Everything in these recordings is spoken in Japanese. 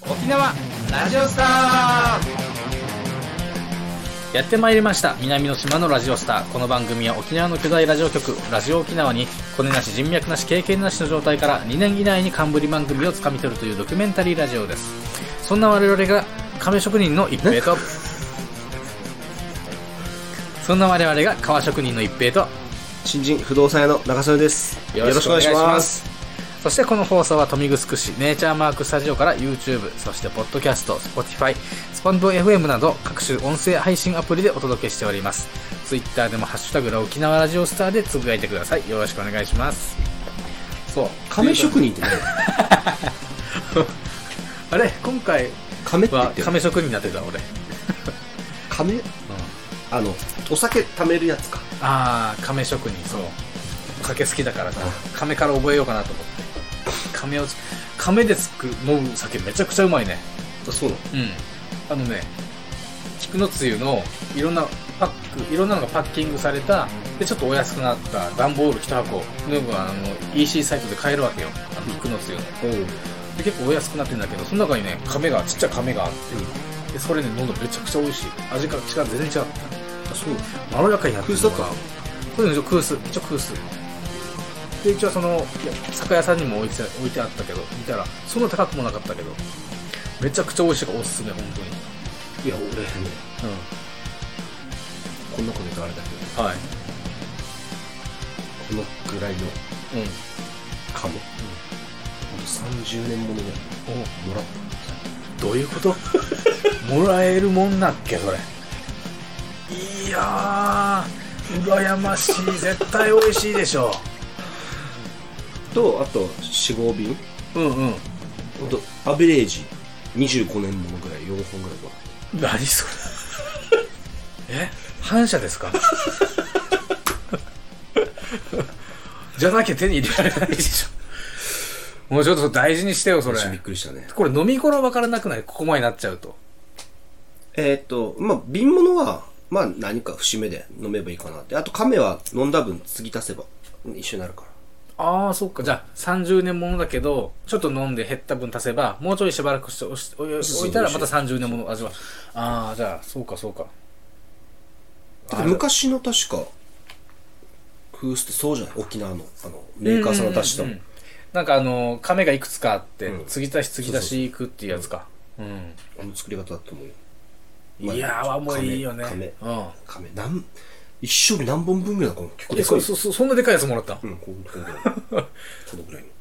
沖縄ラジオスター。やってまいりました南の島のラジオスター。この番組は沖縄の巨大ラジオ局ラジオ沖縄にコネなし人脈なし経験なしの状態から2年以内に冠番組をつかみ取るというドキュメンタリーラジオです。そんな我々が亀職人の一平とそんな我々が革職人の一平と新人不動産屋の中曽根です。よろしくお願いします。 そしてこの放送は豊見城市ネイチャーマークスタジオから YouTube、 そしてポッドキャスト、Spotify、スパンド FM など各種音声配信アプリでお届けしております。 Twitter でもハッシュタグラ沖縄ラジオスターでつぶやいてください。よろしくお願いします。そう、 亀職人って何あれ今回は亀職人になってた俺亀、うん、お酒貯めるやつか。 ああ、亀職人。そう、お酒好きだからさ、亀から覚えようかなと思って。亀で飲む酒めちゃくちゃうまいね。 そうなの？ うん。菊のつゆのいろんなのがパッキングされたでちょっとお安くなった段ボール1箱のEC サイトで買えるわけよ。菊のつゆの。で結構お安くなってるんだけど、その中にねちっちゃい亀があって、でそれね飲んだめちゃくちゃ美味しい。味が全然違った。そう。まろやかになってるのが。そういうの一応クース。で一応その酒屋さんにも置いてあったけど、見たらそんな高くもなかったけどめちゃくちゃ美味しいからおすすめ。本当に。 いや俺ね、こんなこと言うとあれだけど、はい、このぐらいの亀、30年ものぐらいもらった。 どういうこともらえるもんなっけそれ。いやー羨ましい。絶対美味しいでしょと、あと 4,5 瓶、アベレージ25年ものぐらい4本ぐらいもらった。 何それ反射ですかじゃなきゃ手に入れられないでしょ。もうちょっと大事にしてよそれ。 びっくりしたね。 これ飲み頃わからなくない？ここまでなっちゃうと。 瓶物は何か節目で飲めばいいかなって。あと亀は飲んだ分継ぎ足せば一緒になるから。 ああ、そっか。じゃあ30年ものだけどちょっと飲んで減った分足せばもうちょいしばらく置いたらまた30年もの味は。ああ、じゃあそうか。 昔の確かフースってそうじゃない？沖縄のメーカーさんが出したの。 なんか亀がいくつかあって、継ぎ足しいくっていうやつか。 作り方だと思うよ。 いやーもういいよね。 亀一生日何本分ぐらいだ。結構でかい。 そんなでかいやつもらった？ このぐらいの。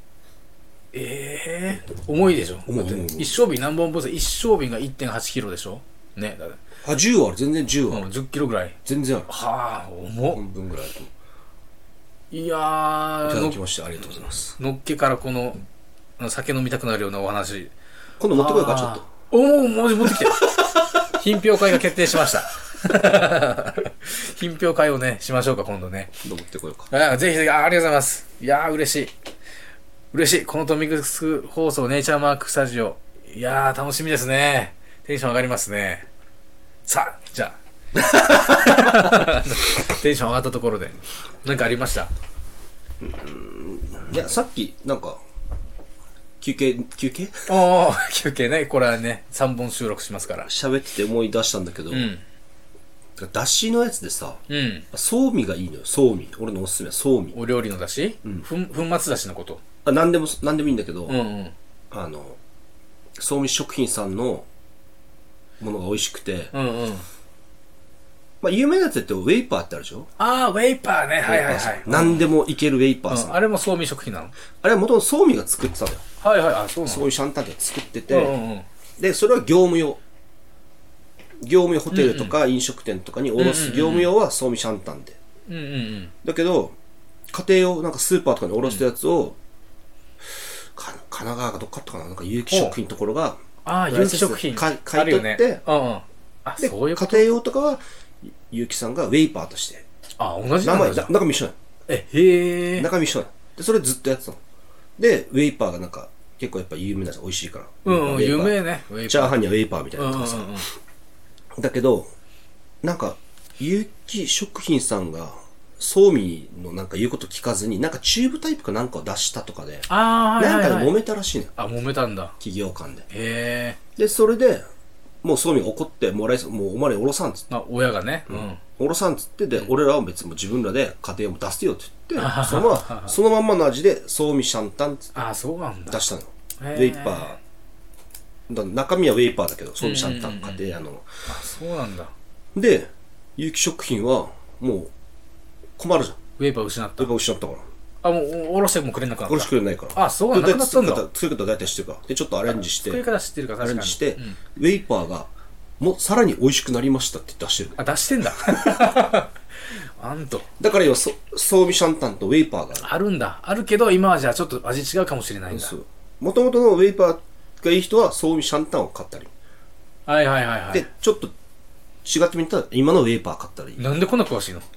重いでしょ。 重い。 一升瓶何本分？一升瓶が 1.8 キロでしょね。 10ある。全然10ある。 10キロぐらい全然ある。 はあ、重っ。 半分ぐらいあると。 いやー、 いただきましてありがとうございます。 のっけからこの酒飲みたくなるようなお話今度持ってこようか。ちょっともう持ってきて品評会が決定しました品評会をねしましょうか今度ね。 持ってこようか。 ぜひぜひ。ありがとうございます。いやー嬉しい。このトミクス放送ネイチャーマークスタジオ、いやー楽しみですね。テンション上がりますね。さあじゃあテンション上がったところで何かありました？ いや、さっきなんか休憩休憩ね。これはね3本収録しますから喋ってて思い出したんだけど、だしのやつでさ、そうみがいいのよ。そうみ、俺のおすすめはそうみ。 お料理のだし、粉末だしのこと。 何でもいいんだけど、そうみ食品さんのものが美味しくて、有名なやつってウェイパーってあるでしょ。 ウェイパーね。はい。 何でもいけるウェイパーさん。 あれもそうみ食品なの？ あれは元々そうみが作ってたのよ。 はい。あ、そうなの？ そういうシャンタンで作ってて、でそれは業務用ホテルとか飲食店とかに卸す業務用はそうみシャンタンで、だけど家庭用なんかスーパーとかに卸したやつを、神奈川がどっかあったかな、なんか有機食品のところが有機食品買い取って、でそういう家庭用とかは有機さんがウェイパーとして、 同じなんだ。 中身一緒なの。中身一緒なの。でそれずっとやってたので、ウェイパーがなんか結構やっぱ有名なやつ、美味しいから、 有名ね。 チャーハンにはウェイパーみたいなとかさ、だけどなんか有機食品さんがソーミーのなんか言うこと聞かずに、なんかチューブタイプかなんかを出したとかで、 はいはいはい、 なんかで揉めたらしいね。 あ、揉めたんだ。 企業間で。 へで、それで、もうソーミーが怒って、もうお前らおろさんっつって。 親がね。 おろさんっつって、で、俺らは別にもう自分らで家庭を出すよって言って、そのまんまの味で、ソーミシャンタンっつって。 そうなんだ。 出したの。ウェイパー。中身はウェイパーだけど、ソーミシャンタン家庭の。 そうなんだ。 で、有機食品は、もう、困るじゃん。 ウェイパー失った。 ウェイパー失ったから。 もう、おろしてもくれなくなった。 おろしてくれないから。 そうなんだ。なくなったんだ。 作り方大体知ってるから。で、ちょっとアレンジして。 作り方知ってるから、 アレンジして、ウェイパーが、さらに美味しくなりましたって出してる。 出してんだ。 だから要はソーミシャンタンとウェイパーがあるんだ。あるけど、今はじゃあちょっと味違うかもしれないんだ。 もともとのウェイパーがいい人はソーミシャンタンを買ったり。 はいはいはいはい。 で、ちょっと違ってみたら今のウェイパー買ったらいい。 なんでこんな詳しいの？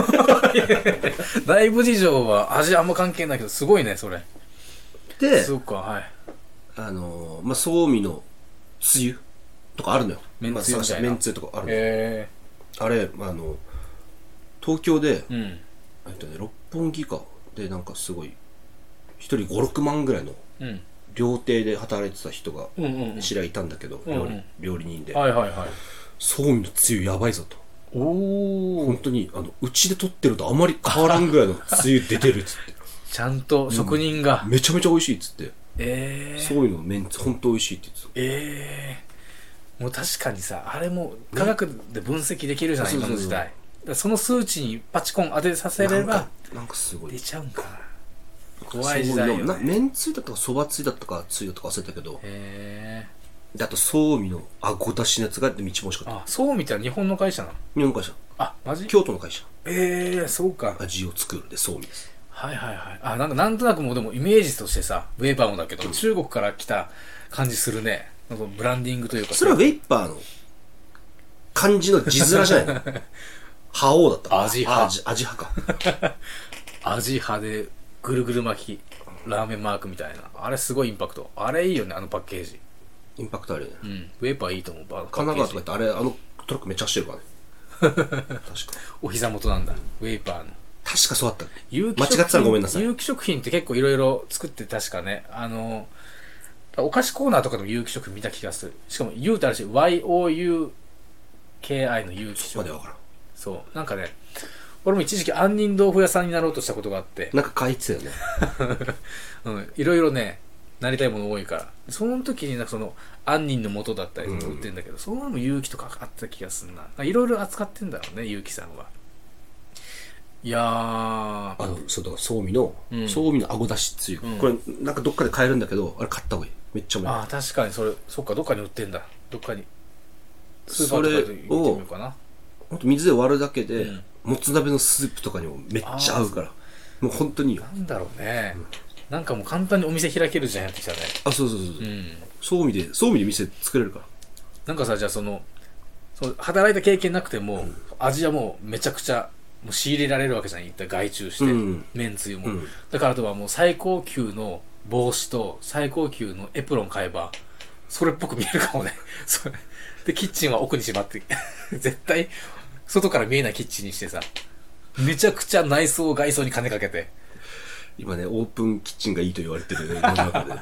内部事情は味あんま関係ないけど、すごいね、それ。 で、 そうか、はい。 ソーミのつゆとかあるのよ。 めんつゆみたいな。 めんつゆとかあるのよ。あれ、東京で、六本木かでなんかすごい、一人5、6万ぐらいの、料亭で働いてた人が、知り合いたんだけど、料理人で。 はいはいはい。 ソーミのつゆやばいぞと。 おー。 本当に、うちで取ってるとあまり変わらんぐらいのつゆ出てるっつって。 ちゃんと職人が。 めちゃめちゃ美味しいっつって。ソーミの麺本当美味しいって言ってた。もう確かにさ、あれも科学で分析できるじゃない、今の時代。その数値にパチコン当てさせれば、 なんかすごい。 出ちゃうんかな。怖い時代よね。 麺つゆだったかそばつゆだったかつゆだったか忘れたけど。で、あと、ソーミのあごだしのやつがめっちゃ美味しかった。 ソーミって日本の会社なの？ 日本の会社。 マジ？ 京都の会社。 そうか。 味を作るで、ソーミです。 はいはいはい。なんとなくもうでもイメージとしてさ、ウェイパーもだけど、中国から来た感じするね。ブランディングというか。 それはウェイパーの漢字の字面じゃないの？覇王だった。 味派か。 味派でぐるぐる巻き、ラーメンマークみたいな。あれすごいインパクト。あれいいよね、あのパッケージ。 インパクトあるよね。 ウェイパーいいと思う。 神奈川とか言って、トラックめっちゃ走ってるからね。確か。 お膝元なんだ、ウェイパーの。 確かそうだった。間違ってたらごめんなさい。 有機食品って結構いろいろ作って確かね、お菓子コーナーとかでも有機食品見た気がする。しかも U ってあるし、YOUKI の有機食品。そう。なんかね、俺も一時期杏仁豆腐屋さんになろうとしたことがあって。 なんか書いてたよね。 いろいろね、なりたいもの多いから。その時に杏仁の素だったり売ってるんだけど、そういうのも有機とかあった気がするな。いろいろ扱ってんだろうね、有機さんは。いやー。 そうだ、ソーミのあごだしつゆ。これ、なんかどっかで買えるんだけど、あれ買った方がいい。めっちゃうまい。 確かにそっか、どっかに売ってんだ。どっかに。スーパーとかで売ってみようかな。 ほんと水で割るだけで、もつ鍋のスープとかにもめっちゃ合うから。もう本当にいいよ。 なんだろうね。なんかもう簡単にお店開けるじゃん、やってきたね。 そう。ソーミで店作れるから。 なんかさ、じゃあ働いた経験なくても、味はもうめちゃくちゃ、もう仕入れられるわけじゃん。一体外注して。麺つゆも。だからあとはもう最高級の帽子と最高級のエプロン買えば、それっぽく見えるかもね。で、キッチンは奥にしまって、絶対、外から見えないキッチンにしてさ、めちゃくちゃ内装外装に金かけて。 今ね、オープンキッチンがいいと言われてる世の中で。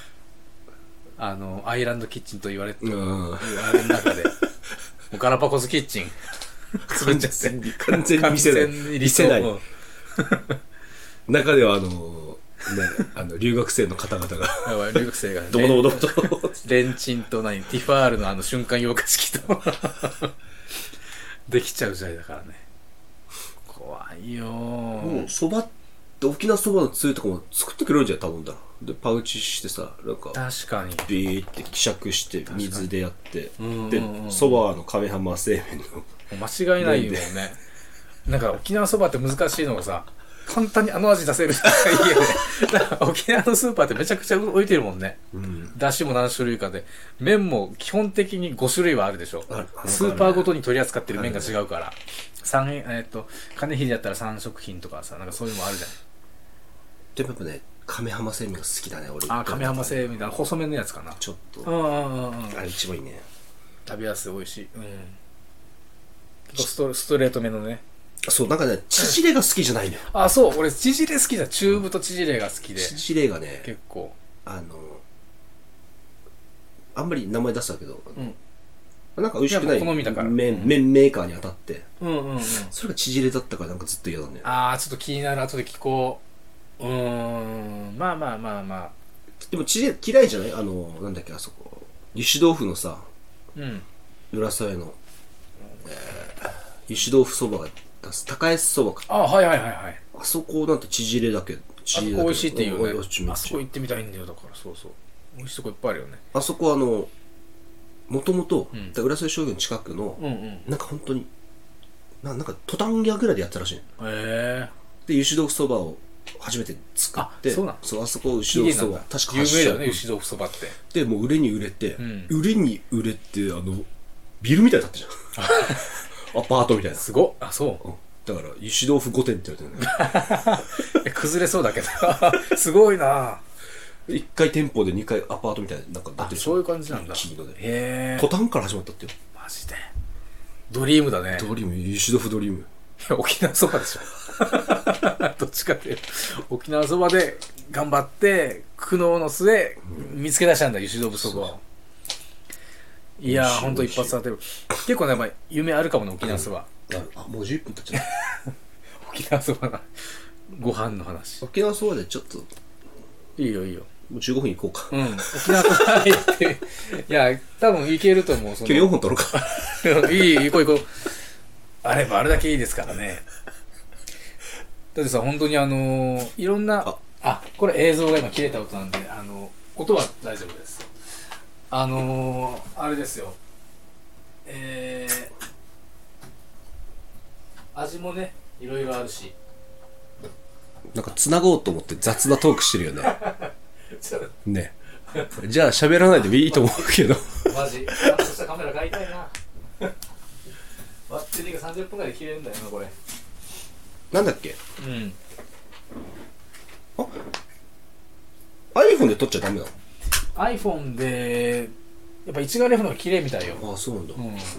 アイランドキッチンと言われてる中で、もうガラパゴスキッチン、作っちゃって。 完全に見せない。中では留学生の方々が。 留学生がね。 どもと。 レンチンとティファールの瞬間溶化式と、できちゃう時代だからね。怖いよー。 もう、そばって、沖縄そばのつゆとかも作ってくれるじゃん、頼んだら。で、パウチしてさ、なんか、 確かに。 ビーって希釈して、水でやって、で、そばの亀浜製麺の。間違いないよね。なんか沖縄そばって難しいのがさ、簡単に味出せる人がいいよね。沖縄のスーパーってめちゃくちゃ置いてるもんね。だしも何種類かで。麺も基本的に5種類はあるでしょ。スーパーごとに取り扱ってる麺が違うから。金秀だったら3食品とかさ、なんかそういうのもあるじゃん。 でもやっぱね、亀浜製麺が好きだね、俺。 亀浜製麺だ。細麺のやつかな。 ちょっと。あれ一番いいね。 食べやすい、美味しい。ストレートめのね。 そうなんかね縮れが好きじゃないのよ。 あ、そう、俺縮れ好きだ。中太縮れが好きで。 縮れがね結構あんまり名前出したけど、なんか美味しくない好みだから麺メーカーに当たって、 うんそれが縮れだったからなんかずっと嫌だね。 ああ、ちょっと気になる。後で聞こう。まあまあまあまあ。 でも縮れ嫌いじゃない？なんだっけあそこ油脂豆腐のさ、浦添の、油脂豆腐そばが出す高安そばか。 あ、はいはいはいはい。 あそこなんて縮れだけど、 あそこ美味しいって言うよね。あそこ行行ってみたいんだよ。だからそうそう。美味しいとこいっぱいあるよね。 あそこもともと浦添商業の近くの、なんか本当になんかトタン屋ぐらいでやったらしい。で油脂豆腐そばを初めて作って、そうあそこ油脂豆腐そば確か有名だよね、油脂豆腐そばって。 でもう売れに売れて、ビルみたいだったじゃん。アパートみたいな。 すごっ。あ、そう。 だから油脂豆腐5点って言われてる。 崩れそうだけど。すごいな。 1階店舗で2階アパートみたいな、なんかだってる。 そういう感じなんだ。 黄色で。 へえ。 トタンから始まったってよ。 マジで。ドリームだね。 ドリーム、油脂豆腐ドリーム。 いや、沖縄そばでしょ。どっちかっていうと。沖縄そばで頑張って、苦悩の末、見つけ出したんだ、油脂豆腐そばを。いやー、ほんと一発当てる。結構ね、夢あるかもね、沖縄そば。 もう11分経っちゃった。 沖縄そばが、ご飯の話。 沖縄そばでちょっと。 いいよいいよ。 もう15分行こうか。 沖縄そば行って。いや、多分行けると思う。 今日4本取ろうか。 いい、行こう行こう。あればあれだけいいですからね。だってさ、本当にいろんな、これ映像が今切れた音なんで、音は大丈夫です。あれですよ。味もね、いろいろあるし。 なんか繋ごうと思って雑なトークしてるよね。ね。じゃあ喋らないでもいいと思うけど。 マジ。ちゃんとしたカメラ買いたいな。バッテリーが30分ぐらいで切れるんだよな、これ。 なんだっけ？iPhone で撮っちゃダメなの？ iPhone で、やっぱ一眼レフの方が綺麗みたいよ。 ああ、そうなんだ。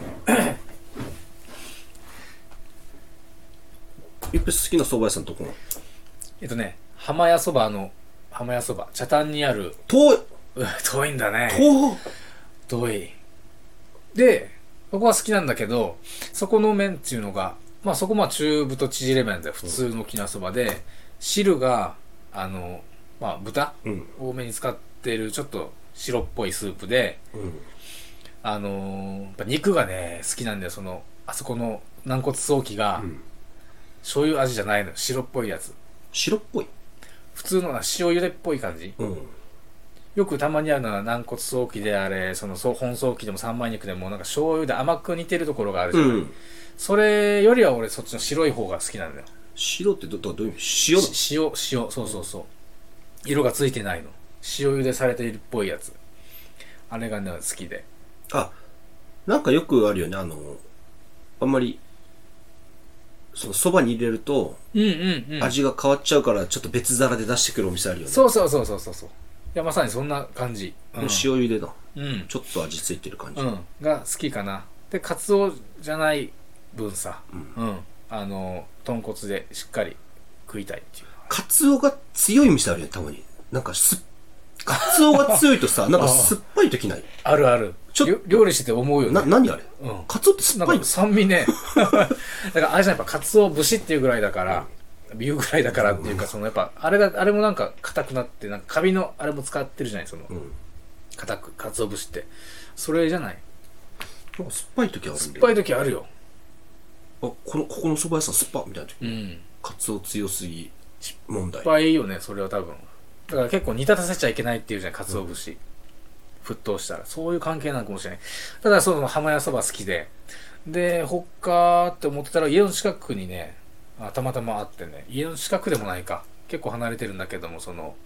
一平好きな蕎麦屋さんどこなの？ 浜屋そば浜屋そば、茶炭にある。 遠い。 遠いんだね。遠い。で、そこは好きなんだけど、そこの麺っていうのが、そこ中太縮れ麺で普通の沖縄そばで、汁が、豚、多めに使ってるちょっと白っぽいスープで、やっぱ肉がね、好きなんだよ。あそこの軟骨ソーキが、醤油味じゃないの。白っぽいやつ。 白っぽい？ 普通の塩茹でっぽい感じ。よくたまにあるのは軟骨ソーキであれ、本ソーキでも三枚肉でもなんか醤油で甘く似てるところがあるじゃない。それよりは俺そっちの白い方が好きなんだよ。 白ってどういう意味？塩なの？ 塩、そうそうそう。色がついてないの。塩茹でされているっぽいやつ。あれがね、好きで。 なんかよくあるよね、あんまり、蕎麦に入れると、味が変わっちゃうから、ちょっと別皿で出してくるお店あるよね。 そう。いや、まさにそんな感じ。 塩茹でだ。ちょっと味ついてる感じ。 が好きかな。で、カツオじゃない分さ、豚骨でしっかり食いたいっていう。 カツオが強い店あるよね、たまに。なんかカツオが強いとさ、なんか酸っぱい時ない？ あるある。料理してて思うよね。 何あれ？カツオって酸っぱいの？ 酸味ね。だからあれじゃん、やっぱカツオ節っていうぐらいだから、ビューぐらいだからっていうか、やっぱ、あれもなんか硬くなって、なんかカビのあれも使ってるじゃない、硬く、カツオ節って。それじゃない？ 酸っぱい時あるんだよ。 酸っぱい時あるよ。 ここの蕎麦屋さん酸っぱみたいな時。カツオ強すぎ問題。 酸っぱいよね、それは多分。だから結構煮立たせちゃいけないっていうじゃん、カツオ節。沸騰したら。そういう関係なのかもしれない。ただ浜屋そば好きで。で、他って思ってたら家の近くにね、たまたまあってね、家の近くでもないか。結構離れてるんだけども、そこの、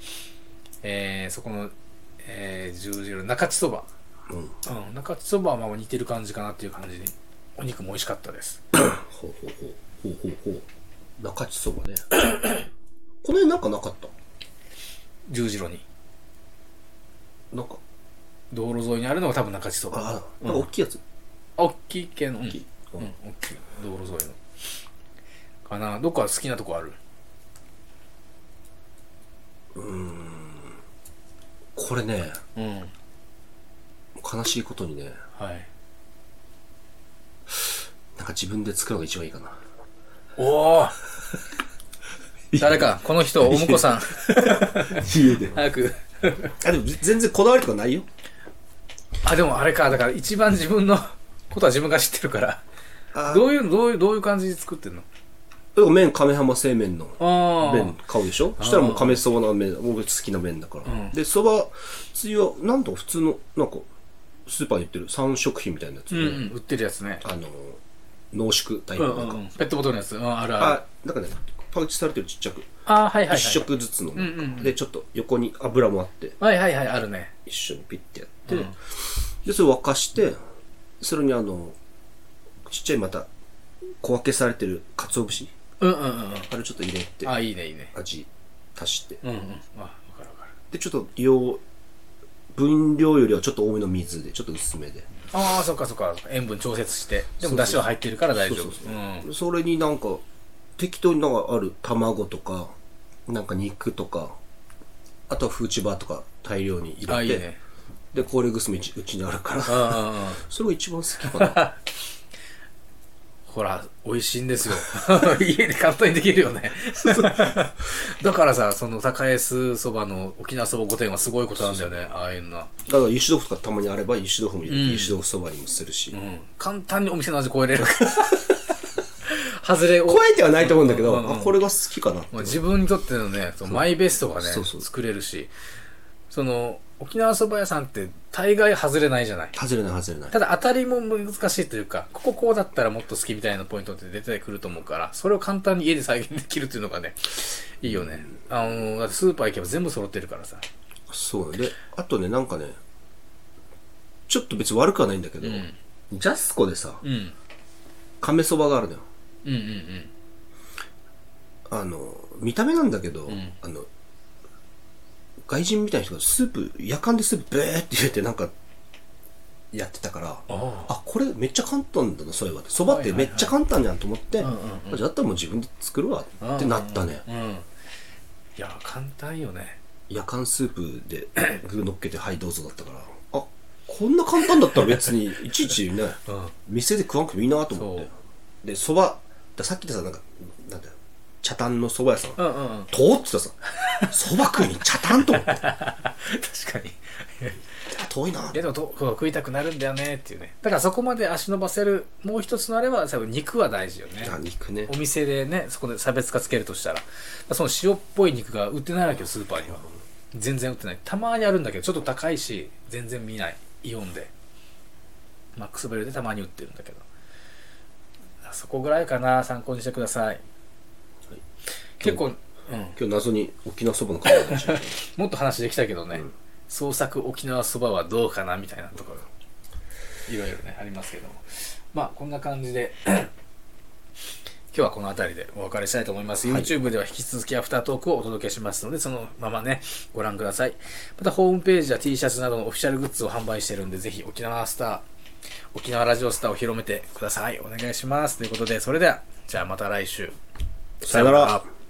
十字路、中地そば。中地そばは似てる感じかなっていう感じで、お肉も美味しかったです。 ほう。中地そばね。この辺なんかなかった？ 十字路に。 なんか。 道路沿いにあるのが多分中地そば。 なんか大きいやつ。 大きい系の。大きい。道路沿いの。 かな。どっか好きなとこある？ これね、 うん。 悲しいことにね、 はい。 なんか自分で作るのが一番いいかな。 おお誰か、この人、おむこさん。 家で。 早く。 あ、でも全然こだわりとかないよ。 あ、でもあれか、だから一番自分のことは自分が知ってるから。どういう感じで作ってんの？ 麺、亀浜製麺の麺買うでしょ。そしたらもう亀そばの麺、僕好きな麺だから。で、そばつゆは、なんと普通の、なんか、スーパーに売ってる3食品みたいなやつで、 売ってるやつね。 濃縮タイプなんか。 ペットボトルのやつ。あるある。 あ、なんかね、パウチされてるちっちゃく。 はいはいはい。 一食ずつの。で、ちょっと横に油もあって。 はいはいはい、あるね。 一緒にピッてやって、で、それを沸かして、それにちっちゃいまた、小分けされてる鰹節。あれちょっと入れて。 あ、いいねいいね。 味足して。 あ、わかるわかる。 で、ちょっと分量よりはちょっと多めの水で、ちょっと薄めで。 ああ、そっかそっか。塩分調節して。でも出汁は入ってるから大丈夫。 それになんか、適当になんかある卵とか、なんか肉とか、あとはフーチバーとか大量に入れて。 あ、いいね。 で、コーレグスもうちにあるから。それが一番好きかな。 ほら、美味しいんですよ。家で簡単にできるよね。だからさ、その高安そばの沖縄そば御殿はすごいことなんだよね、ああいうのは。 だから油脂豆腐とかたまにあれば油脂豆腐も入れて、油脂豆腐そばにもするし。 簡単にお店の味超えれる。外れを。 超えてはないと思うんだけど、これが好きかなって。 自分にとってのね、マイベストがね、作れるし。沖縄そば屋さんって大概外れないじゃない。 外れない。 ただ当たりも難しいというか、こうだったらもっと好きみたいなポイントって出てくると思うから、それを簡単に家で再現できるっていうのがね、いいよね。だってスーパー行けば全部揃ってるからさ。 そうで、あとね、なんかね、ちょっと別に悪くはないんだけど、ジャスコでさ、亀そばがあるのよ。見た目なんだけど、外人みたいな人が夜間でスープブーって入れてなんかやってたから、これめっちゃ簡単だな、そういえば。そばってめっちゃ簡単じゃんと思って、じゃあだったらもう自分で作るわってなったね。 いや、簡単よね。 夜間スープで具乗っけて、はいどうぞだったから、こんな簡単だったら別にいちいちね、店で食わなくてもいいなと思って。で、そば、さっきでさ、なんだよ、茶炭の蕎麦屋さん、通ってたさ、蕎麦食いに茶炭と思って。確かに。 遠いな。 いやでも食いたくなるんだよねっていうね。だからそこまで足伸ばせるもう一つのあれば、多分肉は大事よね。 肉ね。 お店でね、そこで差別化つけるとしたら、その塩っぽい肉が売ってないわけよ、スーパーには。全然売ってない。たまにあるんだけど、ちょっと高いし、全然見ない。イオンで。マックスベルでたまに売ってるんだけど。そこぐらいかな、参考にしてください。結構、 今日謎に沖縄そばの会話がもっと話できたけどね、創作沖縄そばはどうかなみたいなところいろいろねありますけども、まあこんな感じで今日はこの辺りでお別れしたいと思います。YouTube では引き続きアフタートークをお届けしますので、そのままねご覧ください。またホームページや T シャツなどのオフィシャルグッズを販売しているんで、ぜひ沖縄ラジオスターを広めてください。お願いしますということで、それではじゃあまた来週、 さよなら。